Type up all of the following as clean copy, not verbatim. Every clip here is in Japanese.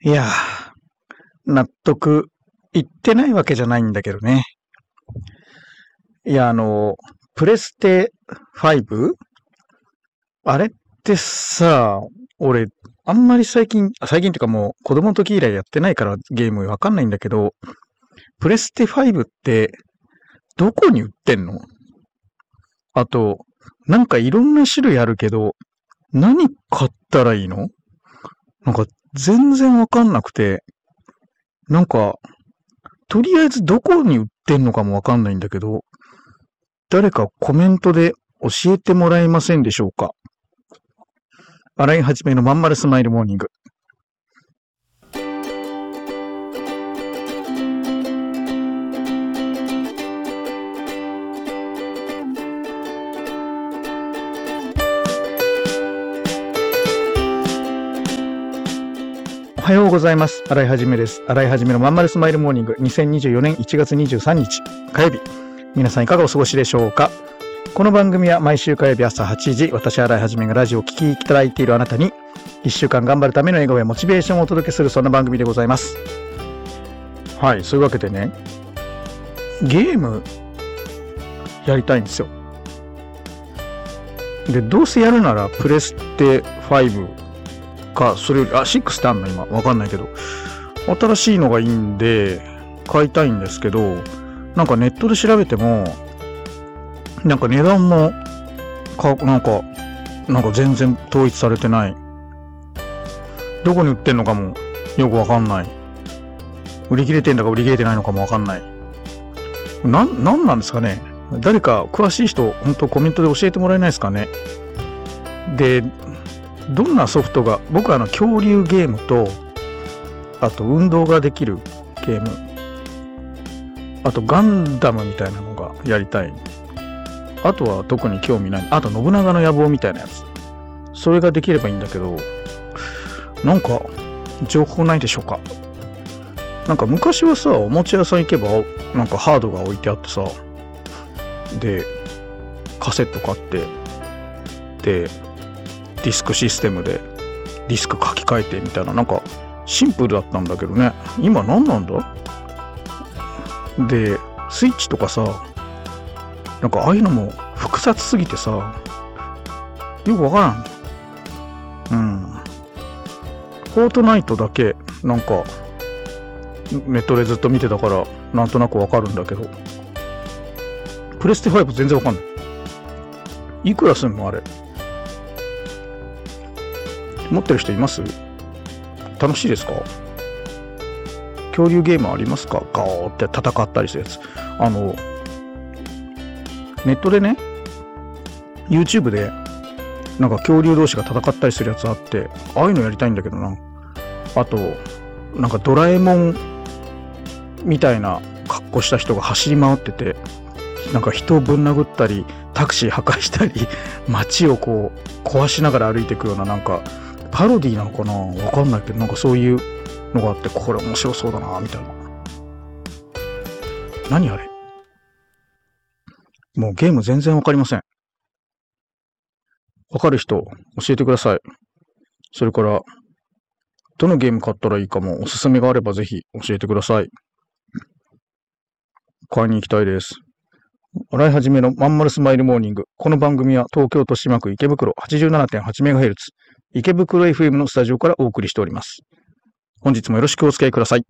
いや納得いってないわけじゃないんだけどね。いや、プレステ 5？ あれってさ、俺、あんまり最近っていうかもう子供の時以来やってないからゲームわかんないんだけど、プレステ5ってどこに売ってんの？あと、なんかいろんな種類あるけど、何買ったらいいの？なんか全然わかんなくて、なんか、とりあえずどこに売ってんのかもわかんないんだけど、誰かコメントで教えてもらえませんでしょうか？洗い始めのまんまるスマイルモーニング。おはようございます。洗い始めです。洗い始めのまんまるスマイルモーニング。2024年1月23日火曜日。皆さんいかがお過ごしでしょうか？この番組は毎週火曜日朝8時、私洗い始めがラジオを聴きいただいているあなたに、1週間頑張るための笑顔やモチベーションをお届けする、そんな番組でございます。はい、そういうわけでね、ゲームやりたいんですよ。で、どうせやるならプレステ5か、それより、6ってあんの今。わかんないけど。新しいのがいいんで、買いたいんですけど、なんかネットで調べても、なんか値段も、なんか全然統一されてない。どこに売ってんのかもよくわかんない。売り切れてんだか売り切れてないのかもわかんない。なんなんですかね。誰か詳しい人、本当コメントで教えてもらえないですかね。で、どんなソフトが、僕は恐竜ゲームと、あと運動ができるゲーム、あとガンダムみたいなのがやりたい。あとは特に興味ない。あと信長の野望みたいなやつ。それができればいいんだけど、なんか情報ないでしょうか？なんか昔はさ、おもちゃ屋さん行けばなんかハードが置いてあってさ、でカセット買って、でディスクシステムでディスク書き換えてみたいな、なんかシンプルだったんだけどね。今何なんだ？でスイッチとかさ、なんかああいうのも複雑すぎてさ、よくわからん。フォートナイトだけなんかネットでずっと見てたからなんとなくわかるんだけど、プレステ5全然わかんない。いくらすんのあれ？持ってる人います？楽しいですか？恐竜ゲームありますか？ガーって戦ったりするやつ。ネットでね、YouTube でなんか恐竜同士が戦ったりするやつあって、ああいうのやりたいんだけどな。あとなんかドラえもんみたいな格好した人が走り回ってて、なんか人をぶん殴ったりタクシー破壊したり街をこう壊しながら歩いていくような、なんかパロディーなのかな、わかんないけど、なんかそういうのがあって、これ面白そうだなみたいな。何あれ？もうゲーム全然わかりません。わかる人教えてください。それからどのゲーム買ったらいいかもおすすめがあればぜひ教えてください。買いに行きたいです。洗い始めのまんまるスマイルモーニング。この番組は東京豊島区池袋 87.8MHz 池袋 FM のスタジオからお送りしております。本日もよろしくお付き合いください。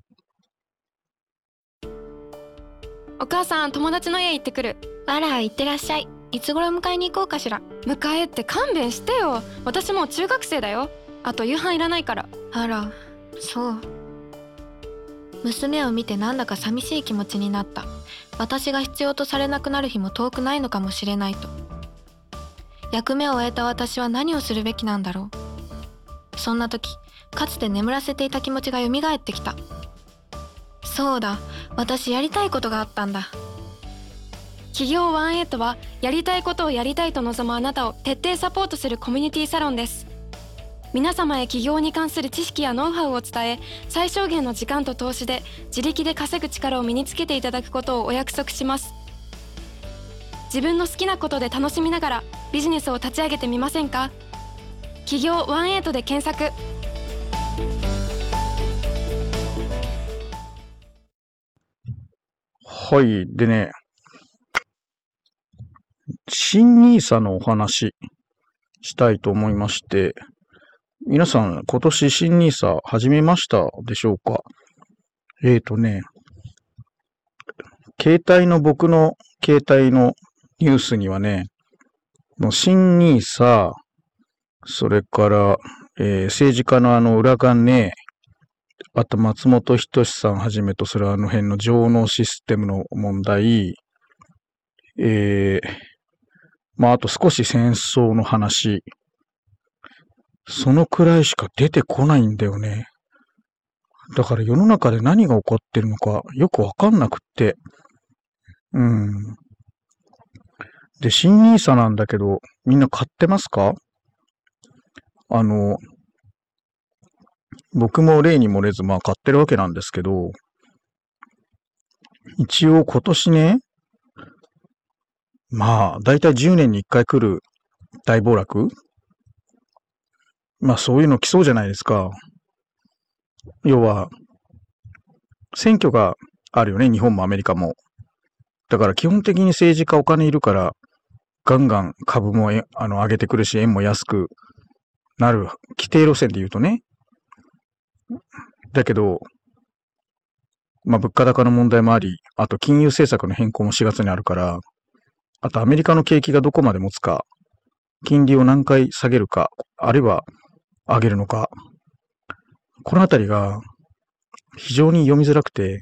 お母さん、友達の家行ってくる。 あら、行ってらっしゃい。いつ頃迎えに行こうかしら。 迎えって勘弁してよ。私もう中学生だよ。あと夕飯いらないから。 あら、そう。娘を見てなんだか寂しい気持ちになった。私が必要とされなくなる日も遠くないのかもしれないと。役目を終えた私は何をするべきなんだろう。そんな時、かつて眠らせていた気持ちが蘇ってきた。そうだ、私やりたいことがあったんだ。 企業18はやりたいことをやりたいと望むあなたを徹底サポートするコミュニティサロンです。皆様へ起業に関する知識やノウハウを伝え、最小限の時間と投資で自力で稼ぐ力を身につけていただくことをお約束します。自分の好きなことで楽しみながらビジネスを立ち上げてみませんか？起業18で検索。 はい。でね、新ニーサのお話したいと思いまして、皆さん今年新ニーサ始めましたでしょうか？ね、僕の携帯のニュースにはね、もう新ニーサ、それから、政治家の裏金、あと松本人志さんはじめとするあの辺の上納システムの問題、あと少し戦争の話、そのくらいしか出てこないんだよね。だから世の中で何が起こってるのかよくわかんなくって。で、新ニーサなんだけど、みんな買ってますか？僕も例に漏れず、買ってるわけなんですけど、一応今年ね、だいたい10年に1回来る大暴落？そういうの来そうじゃないですか。要は、選挙があるよね、日本もアメリカも。だから基本的に政治家お金いるから、ガンガン株も上げてくるし、円も安くなる。規定路線で言うとね。だけど、物価高の問題もあり、あと金融政策の変更も4月にあるから、あとアメリカの景気がどこまで持つか、金利を何回下げるか、あるいは上げるのか、このあたりが非常に読みづらくて、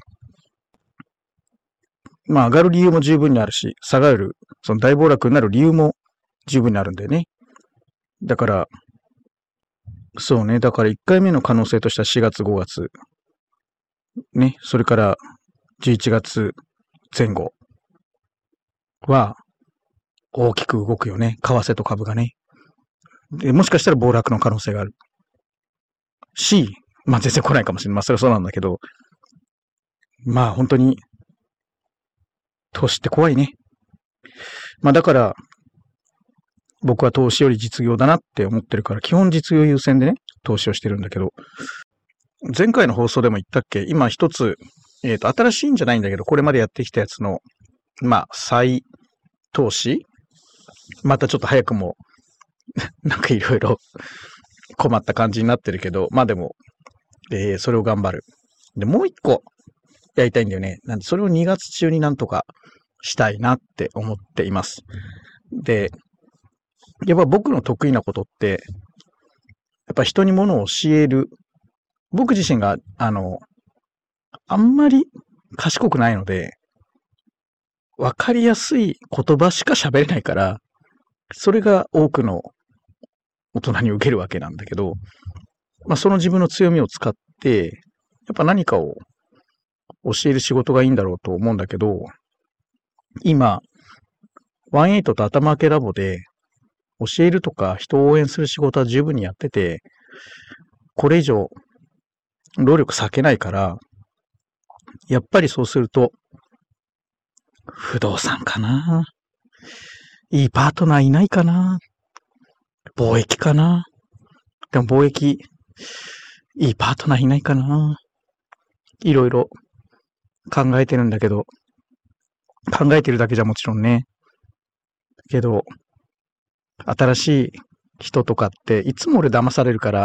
上がる理由も十分にあるし、下がる、その大暴落になる理由も十分にあるんだよね。だから、そうね、だから1回目の可能性としては4月、5月。ね、それから11月前後は大きく動くよね。為替と株がね。でもしかしたら暴落の可能性がある。し、全然来ないかもしれない。それはそうなんだけど、本当に、投資って怖いね。だから、僕は投資より実業だなって思ってるから、基本実業優先でね、投資をしてるんだけど、前回の放送でも言ったっけ？今一つ、新しいんじゃないんだけど、これまでやってきたやつの、再投資？またちょっと早くも、なんかいろいろ困った感じになってるけど、でも、それを頑張る。で、もう一個やりたいんだよね。なんで、それを2月中になんとかしたいなって思っています。で、やっぱ僕の得意なことって、やっぱ人に物を教える。僕自身が、あんまり賢くないので、わかりやすい言葉しか喋れないから、それが多くの大人に受けるわけなんだけど、その自分の強みを使って、やっぱ何かを教える仕事がいいんだろうと思うんだけど、今、18と頭明けラボで、教えるとか人を応援する仕事は十分にやってて、これ以上、労力割けないから、やっぱりそうすると、不動産かな？いいパートナーいないかな？貿易かな？でも貿易、いいパートナーいないかな？いろいろ考えてるんだけど、考えてるだけじゃもちろんね。けど、新しい人とかっていつも俺騙されるから、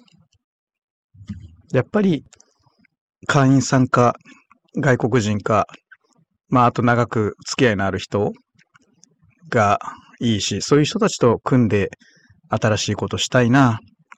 やっぱり会員さんか外国人か、あと長く付き合いのある人がいいし、そういう人たちと組んで新しいことしたいな。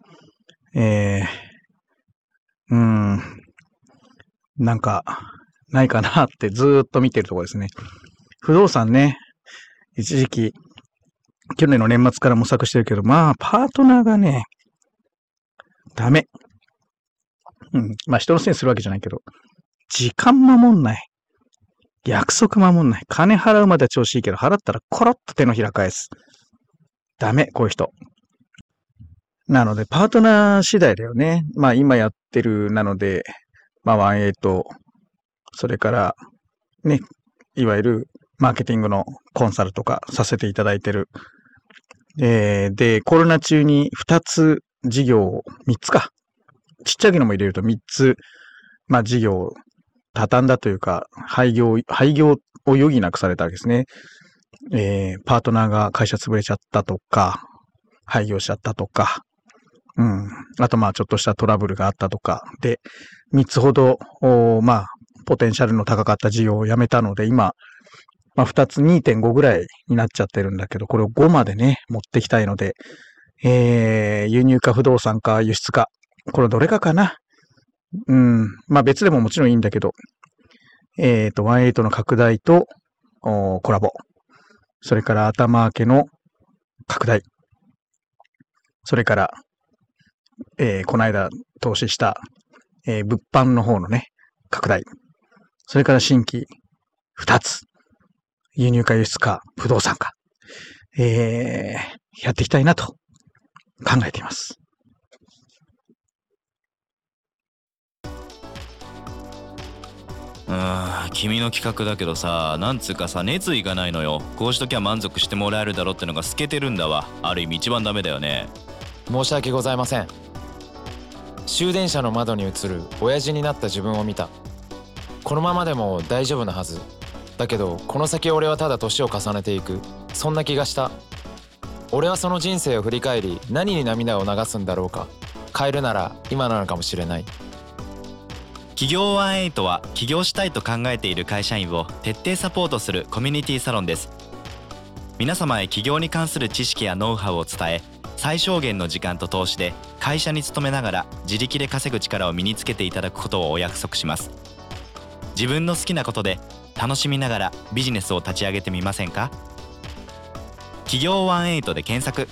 なんかないかなってずーっと見てるところですね。不動産ね、一時期去年の年末から模索してるけど、パートナーがね、ダメ。人のせいにするわけじゃないけど、時間守んない。約束守んない。金払うまでは調子いいけど、払ったらコロッと手のひら返す。ダメ、こういう人。なので、パートナー次第だよね。今やってる、なので、18、それから、ね、いわゆるマーケティングのコンサルとかさせていただいてる。で、コロナ中に2つ事業を、3つか。ちっちゃいのも入れると3つ、事業を畳んだというか、廃業を余儀なくされたわけですね。パートナーが会社潰れちゃったとか、廃業しちゃったとか、あとちょっとしたトラブルがあったとか、で、3つほど、ポテンシャルの高かった事業をやめたので、今、2つ 2.5 ぐらいになっちゃってるんだけど、これを5までね、持ってきたいので、輸入か不動産か輸出か、これどれかな。別でももちろんいいんだけど、18の拡大とコラボ。それから頭明けの拡大。それから、この間投資した、物販の方のね、拡大。それから新規2つ。輸入か輸出か不動産か。やっていきたいなと考えています。 君の企画だけどさ、なんつうかさ、熱意がないのよ。こうしときゃ満足してもらえるだろってのが透けてるんだわ。ある意味一番ダメだよね。 申し訳ございません。終電車の窓に映る親父になった自分を見た。このままでも大丈夫なはずだけど、この先俺はただ年を重ねていく、そんな気がした。俺はその人生を振り返り、何に涙を流すんだろうか。変えるなら今なのかもしれない。 企業18は起業したいと考えている会社員を徹底サポートするコミュニティサロンです。皆様へ起業に関する知識やノウハウを伝え、最小限の時間と投資で会社に勤めながら自力で稼ぐ力を身につけていただくことをお約束します。自分の好きなことで楽しみながらビジネスを立ち上げてみませんか？企業18で検索。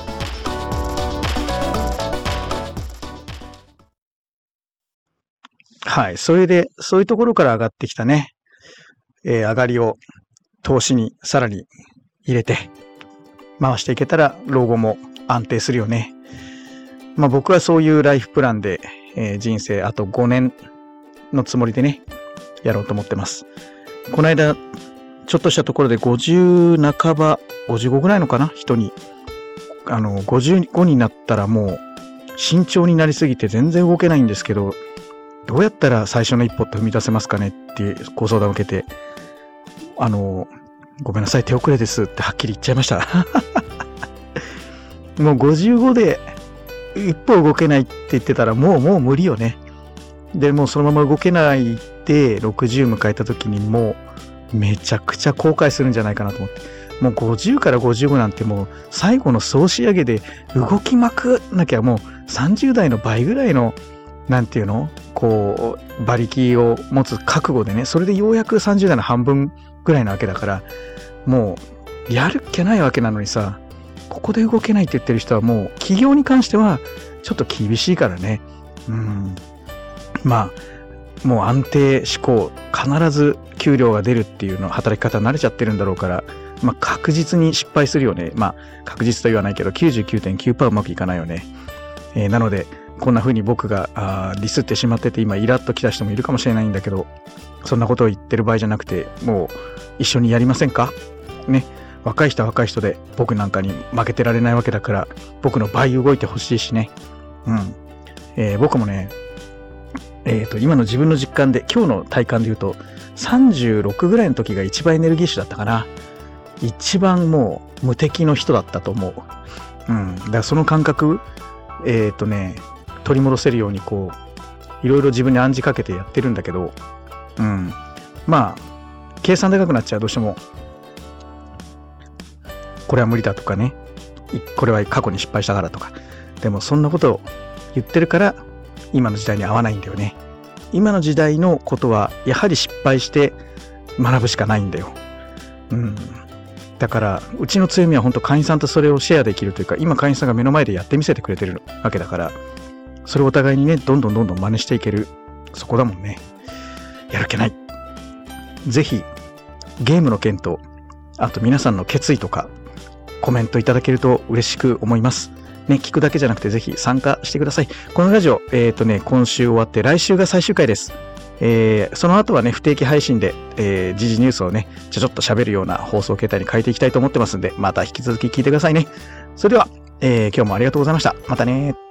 はい。それで、そういうところから上がってきたね、上がりを投資にさらに入れて回していけたら老後も安定するよね。僕はそういうライフプランで、人生あと5年のつもりでね、やろうと思ってます。この間、ちょっとしたところで50半ば、55ぐらいのかな人に、55になったらもう慎重になりすぎて全然動けないんですけど、どうやったら最初の一歩って踏み出せますかねっていうご相談を受けて、ごめんなさい、手遅れですってはっきり言っちゃいました。もう55で一歩動けないって言ってたらもう無理よね。で、もうそのまま動けないで60迎えた時にもうめちゃくちゃ後悔するんじゃないかなと思って。もう50から55なんてもう最後の総仕上げで動きまくんなきゃもう30代の倍ぐらいのなんていうのこう馬力を持つ覚悟でね、それでようやく30代の半分ぐらいなわけだから、もうやるっきゃないわけなのにさ、ここで動けないって言ってる人はもう企業に関してはちょっと厳しいからね。もう安定志向、必ず給料が出るっていうの働き方慣れちゃってるんだろうから、確実に失敗するよね。確実と言わないけど 99.9% うまくいかないよね。なのでこんな風に僕がディスってしまってて今イラッときた人もいるかもしれないんだけど、そんなことを言ってる場合じゃなくて、もう一緒にやりませんかね。若い人は若い人で僕なんかに負けてられないわけだから、僕の倍動いてほしいしね。僕もね、今の自分の実感で、今日の体感で言うと36ぐらいの時が一番エネルギッシュだったかな。一番もう無敵の人だったと思う。だからその感覚取り戻せるようにこういろいろ自分に暗示かけてやってるんだけど、計算でかくなっちゃう。どうしてもこれは無理だとかね、これは過去に失敗したからとか、でもそんなことを言ってるから今の時代に合わないんだよね。今の時代のことはやはり失敗して学ぶしかないんだよ。だからうちの強みは本当会員さんとそれをシェアできるというか、今会員さんが目の前でやってみせてくれてるわけだから、それをお互いにねどんどん真似していける、そこだもんね。やる気ない。ぜひゲームの件と、あと皆さんの決意とかコメントいただけると嬉しく思いますね。聞くだけじゃなくてぜひ参加してください。このラジオ今週終わって来週が最終回です。その後はね不定期配信で、時事ニュースをねちょっと喋るような放送形態に変えていきたいと思ってますんで、また引き続き聞いてくださいね。それでは、今日もありがとうございました。またね。